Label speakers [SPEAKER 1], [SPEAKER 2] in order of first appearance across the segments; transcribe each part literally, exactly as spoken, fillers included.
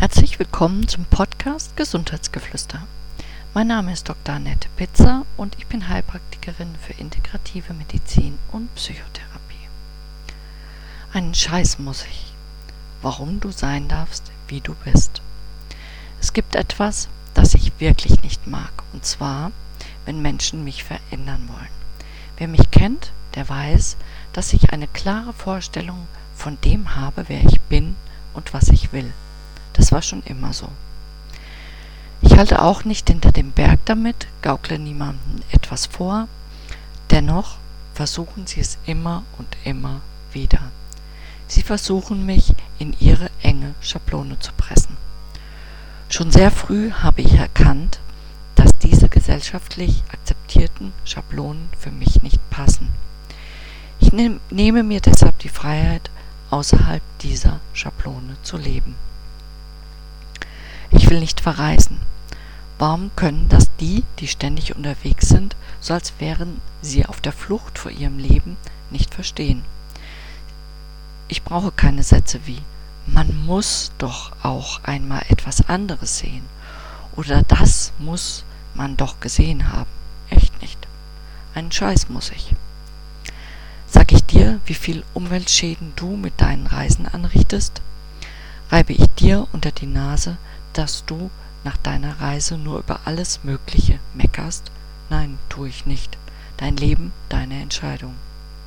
[SPEAKER 1] Herzlich willkommen zum Podcast Gesundheitsgeflüster. Mein Name ist Doktor Annette Pitzer und ich bin Heilpraktikerin für integrative Medizin und Psychotherapie. Einen Scheiß muss ich, warum du sein darfst, wie du bist. Es gibt etwas, das ich wirklich nicht mag, und zwar, wenn Menschen mich verändern wollen. Wer mich kennt, der weiß, dass ich eine klare Vorstellung von dem habe, wer ich bin und was ich will. Das war schon immer so. Ich halte auch nicht hinter dem Berg damit, gaukle niemandem etwas vor. Dennoch versuchen sie es immer und immer wieder. Sie versuchen mich in ihre enge Schablone zu pressen. Schon sehr früh habe ich erkannt, dass diese gesellschaftlich akzeptierten Schablonen für mich nicht passen. Ich nehm, nehme mir deshalb die Freiheit, außerhalb dieser Schablone zu leben. Ich will nicht verreisen. Warum können das die, die ständig unterwegs sind, so als wären sie auf der Flucht vor ihrem Leben, nicht verstehen? Ich brauche keine Sätze wie „Man muss doch auch einmal etwas anderes sehen" oder „Das muss man doch gesehen haben". Echt nicht. Einen Scheiß muss ich. Sag ich dir, wie viel Umweltschäden du mit deinen Reisen anrichtest? Reibe ich dir unter die Nase, dass du nach deiner Reise nur über alles Mögliche meckerst? Nein, tue ich nicht. Dein Leben, deine Entscheidung.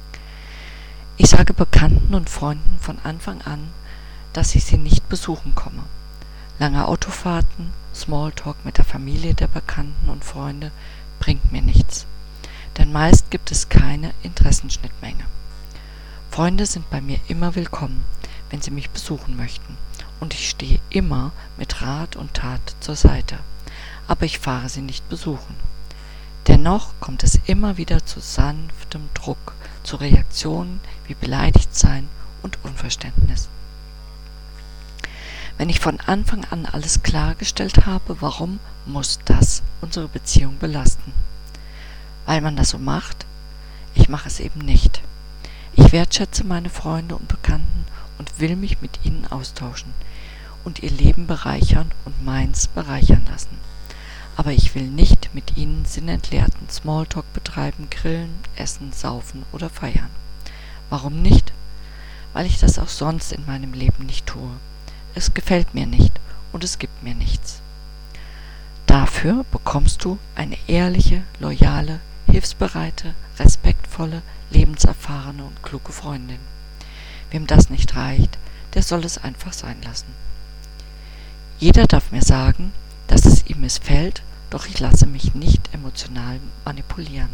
[SPEAKER 1] Ich sage Bekannten und Freunden von Anfang an, dass ich sie nicht besuchen komme. Lange Autofahrten, Smalltalk mit der Familie der Bekannten und Freunde bringt mir nichts. Denn meist gibt es keine Interessenschnittmenge. Freunde sind bei mir immer willkommen, wenn sie mich besuchen möchten. Und ich stehe immer mit Rat und Tat zur Seite. Aber ich fahre sie nicht besuchen. Dennoch kommt es immer wieder zu sanftem Druck, zu Reaktionen wie Beleidigtsein und Unverständnis. Wenn ich von Anfang an alles klargestellt habe, warum muss das unsere Beziehung belasten? Weil man das so macht? Ich mache es eben nicht. Ich wertschätze meine Freunde und Bekannten und will mich mit ihnen austauschen und ihr Leben bereichern und meins bereichern lassen. Aber ich will nicht mit ihnen sinnentleerten Smalltalk betreiben, grillen, essen, saufen oder feiern. Warum nicht? Weil ich das auch sonst in meinem Leben nicht tue. Es gefällt mir nicht und es gibt mir nichts. Dafür bekommst du eine ehrliche, loyale, hilfsbereite, respektvolle, lebenserfahrene und kluge Freundin. Wem das nicht reicht, der soll es einfach sein lassen. Jeder darf mir sagen, dass es ihm missfällt, doch ich lasse mich nicht emotional manipulieren.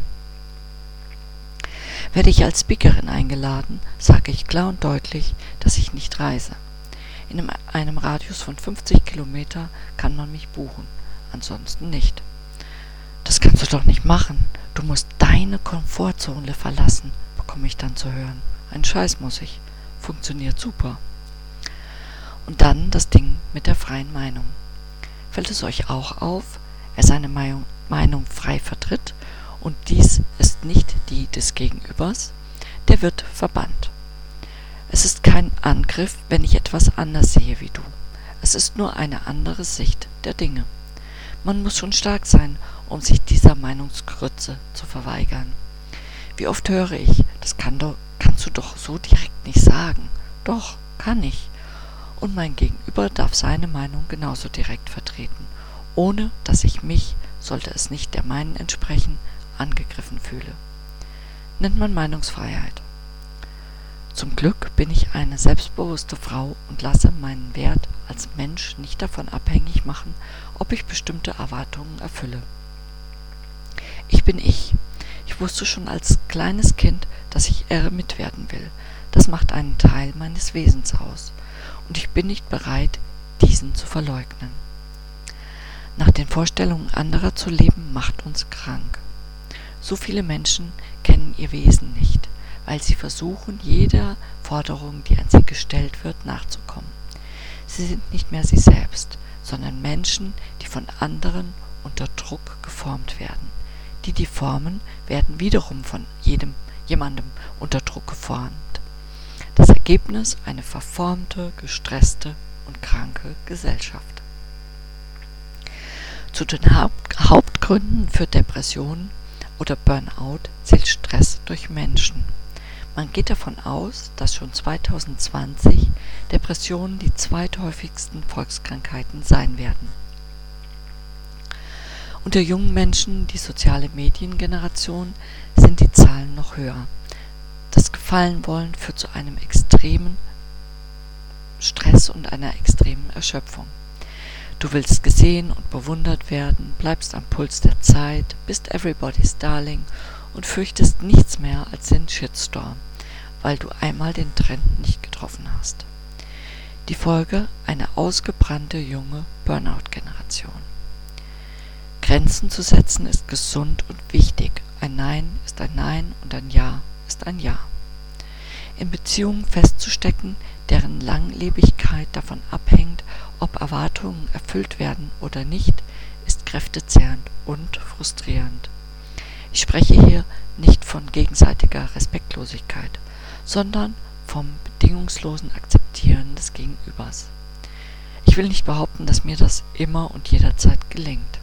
[SPEAKER 1] Werde ich als Speakerin eingeladen, sage ich klar und deutlich, dass ich nicht reise. In einem Radius von fünfzig Kilometer kann man mich buchen, ansonsten nicht. Das kannst du doch nicht machen. Du musst deine Komfortzone verlassen, bekomme ich dann zu hören. Ein Scheiß muss ich. Funktioniert super. Und dann das Ding mit der freien Meinung. Fällt es euch auch auf, wer seine Meinung, Meinung frei vertritt und dies ist nicht die des Gegenübers, der wird verbannt. Es ist kein Angriff, wenn ich etwas anders sehe wie du. Es ist nur eine andere Sicht der Dinge. Man muss schon stark sein, um sich dieser Meinungsgrütze zu verweigern. Wie oft höre ich, das kann doch, kannst du doch so direkt nicht sagen. Doch, kann ich. Und mein Gegenüber darf seine Meinung genauso direkt vertreten, ohne dass ich mich, sollte es nicht der meinen entsprechen, angegriffen fühle. Nennt man Meinungsfreiheit. Zum Glück bin ich eine selbstbewusste Frau und lasse meinen Wert als Mensch nicht davon abhängig machen, ob ich bestimmte Erwartungen erfülle. Ich bin ich. Ich wusste schon als kleines Kind, dass ich Eremit werden will. Das macht einen Teil meines Wesens aus. Und ich bin nicht bereit, diesen zu verleugnen. Nach den Vorstellungen anderer zu leben, macht uns krank. So viele Menschen kennen ihr Wesen nicht, weil sie versuchen, jeder Forderung, die an sie gestellt wird, nachzukommen. Sie sind nicht mehr sie selbst, sondern Menschen, die von anderen unter Druck geformt werden. Die, die formen, werden wiederum von jedem, jemandem unter Druck geformt. Das Ergebnis eine verformte, gestresste und kranke Gesellschaft. Zu den Haupt- Hauptgründen für Depressionen oder Burnout zählt Stress durch Menschen. Man geht davon aus, dass schon zweitausendzwanzig Depressionen die zweithäufigsten Volkskrankheiten sein werden. Unter jungen Menschen, die soziale Mediengeneration, sind die Zahlen noch höher. Das Gefallenwollen führt zu einem extremen Stress und einer extremen Erschöpfung. Du willst gesehen und bewundert werden, bleibst am Puls der Zeit, bist everybody's darling und fürchtest nichts mehr als den Shitstorm, weil du einmal den Trend nicht getroffen hast. Die Folge: eine ausgebrannte junge Burnout-Generation. Grenzen zu setzen ist gesund und wichtig. Ein Nein ist ein Nein und ein Ja ist ein Ja. In Beziehungen festzustecken, deren Langlebigkeit davon abhängt, ob Erwartungen erfüllt werden oder nicht, ist kräftezehrend und frustrierend. Ich spreche hier nicht von gegenseitiger Respektlosigkeit, sondern vom bedingungslosen Akzeptieren des Gegenübers. Ich will nicht behaupten, dass mir das immer und jederzeit gelingt.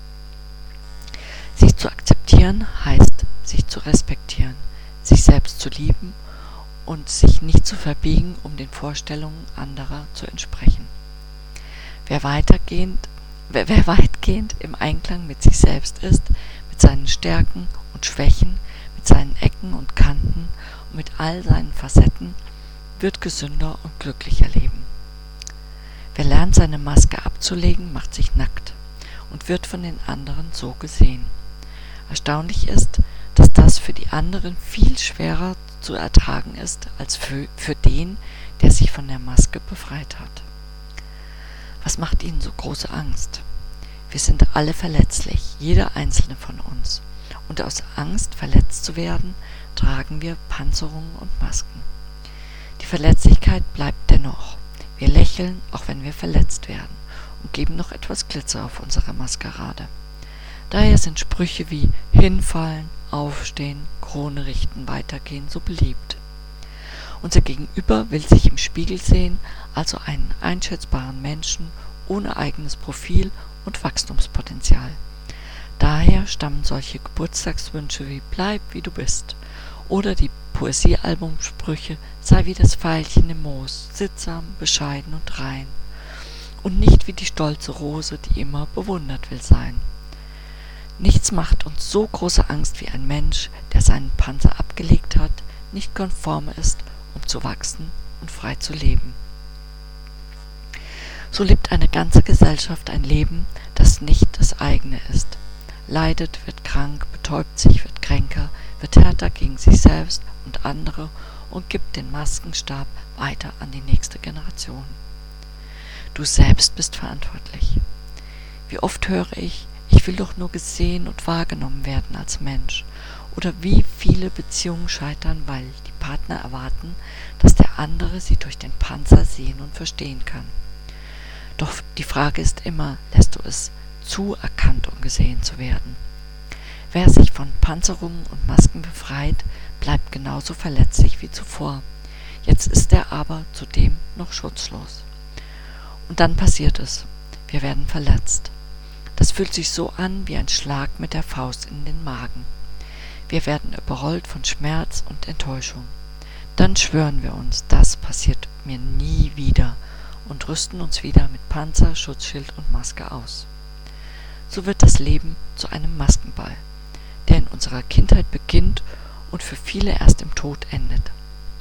[SPEAKER 1] Sich zu akzeptieren heißt, sich zu respektieren, sich selbst zu lieben und sich nicht zu verbiegen, um den Vorstellungen anderer zu entsprechen. Wer weitergehend, wer, wer weitgehend im Einklang mit sich selbst ist, mit seinen Stärken und Schwächen, mit seinen Ecken und Kanten und mit all seinen Facetten, wird gesünder und glücklicher leben. Wer lernt, seine Maske abzulegen, macht sich nackt und wird von den anderen so gesehen. Erstaunlich ist, dass das für die anderen viel schwerer zu ertragen ist als für, für den, der sich von der Maske befreit hat. Was macht ihnen so große Angst? Wir sind alle verletzlich, jeder einzelne von uns. Und aus Angst, verletzt zu werden, tragen wir Panzerungen und Masken. Die Verletzlichkeit bleibt dennoch. Wir lächeln, auch wenn wir verletzt werden, und geben noch etwas Glitzer auf unsere Maskerade. Daher sind Sprüche wie hinfallen, aufstehen, Krone richten, weitergehen so beliebt. Unser Gegenüber will sich im Spiegel sehen, also einen einschätzbaren Menschen ohne eigenes Profil und Wachstumspotenzial. Daher stammen solche Geburtstagswünsche wie bleib wie du bist oder die Poesiealbumsprüche sei wie das Veilchen im Moos, sittsam, bescheiden und rein und nicht wie die stolze Rose, die immer bewundert will sein. Nichts macht uns so große Angst wie ein Mensch, der seinen Panzer abgelegt hat, nicht konform ist, um zu wachsen und frei zu leben. So lebt eine ganze Gesellschaft ein Leben, das nicht das eigene ist. Leidet, wird krank, betäubt sich, wird kränker, wird härter gegen sich selbst und andere und gibt den Maskenstab weiter an die nächste Generation. Du selbst bist verantwortlich. Wie oft höre ich, ich will doch nur gesehen und wahrgenommen werden als Mensch. Oder wie viele Beziehungen scheitern, weil die Partner erwarten, dass der andere sie durch den Panzer sehen und verstehen kann. Doch die Frage ist immer, lässt du es zu, erkannt und gesehen zu werden? Wer sich von Panzerungen und Masken befreit, bleibt genauso verletzlich wie zuvor. Jetzt ist er aber zudem noch schutzlos. Und dann passiert es. Wir werden verletzt. Das fühlt sich so an wie ein Schlag mit der Faust in den Magen. Wir werden überrollt von Schmerz und Enttäuschung. Dann schwören wir uns, das passiert mir nie wieder und rüsten uns wieder mit Panzer, Schutzschild und Maske aus. So wird das Leben zu einem Maskenball, der in unserer Kindheit beginnt und für viele erst im Tod endet.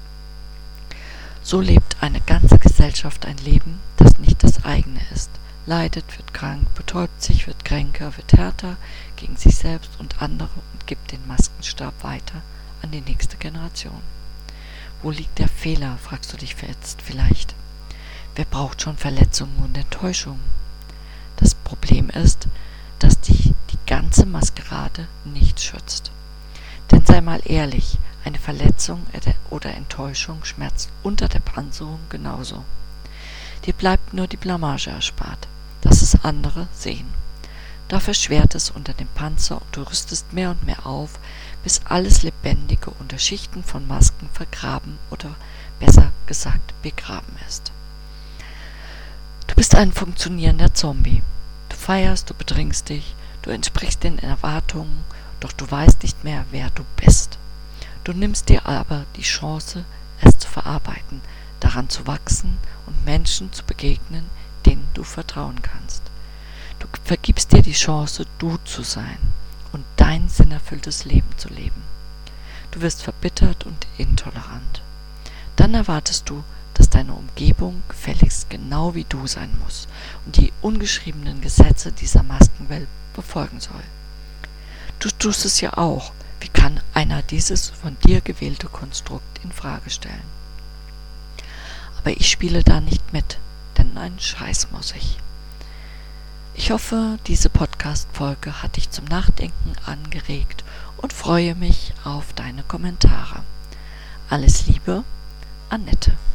[SPEAKER 1] So lebt eine ganze Gesellschaft ein Leben, das nicht das eigene ist. Leidet, wird krank, betäubt sich, wird kränker, wird härter gegen sich selbst und andere und gibt den Maskenstab weiter an die nächste Generation. Wo liegt der Fehler, fragst du dich jetzt vielleicht. Wer braucht schon Verletzungen und Enttäuschungen? Das Problem ist, dass dich die ganze Maskerade nicht schützt. Denn sei mal ehrlich, eine Verletzung oder Enttäuschung schmerzt unter der Panzerung genauso. Dir bleibt nur die Blamage erspart, dass es andere sehen. Da verschwert es unter dem Panzer und du rüstest mehr und mehr auf, bis alles Lebendige unter Schichten von Masken vergraben oder besser gesagt begraben ist. bist ein funktionierender Zombie. Du feierst, du betrinkst dich, du entsprichst den Erwartungen, doch du weißt nicht mehr, wer du bist. Du nimmst dir aber die Chance, es zu verarbeiten, daran zu wachsen und Menschen zu begegnen, denen du vertrauen kannst. Du vergibst dir die Chance, du zu sein und dein sinnerfülltes Leben zu leben. Du wirst verbittert und intolerant. Dann erwartest du, dass deine Umgebung gefälligst genau wie du sein muss und die ungeschriebenen Gesetze dieser Maskenwelt befolgen soll. Du tust es ja auch. Wie kann einer dieses von dir gewählte Konstrukt in Frage stellen? Aber ich spiele da nicht mit, denn einen Scheiß muss ich. Ich hoffe, diese Podcast-Folge hat dich zum Nachdenken angeregt und freue mich auf deine Kommentare. Alles Liebe, Annette.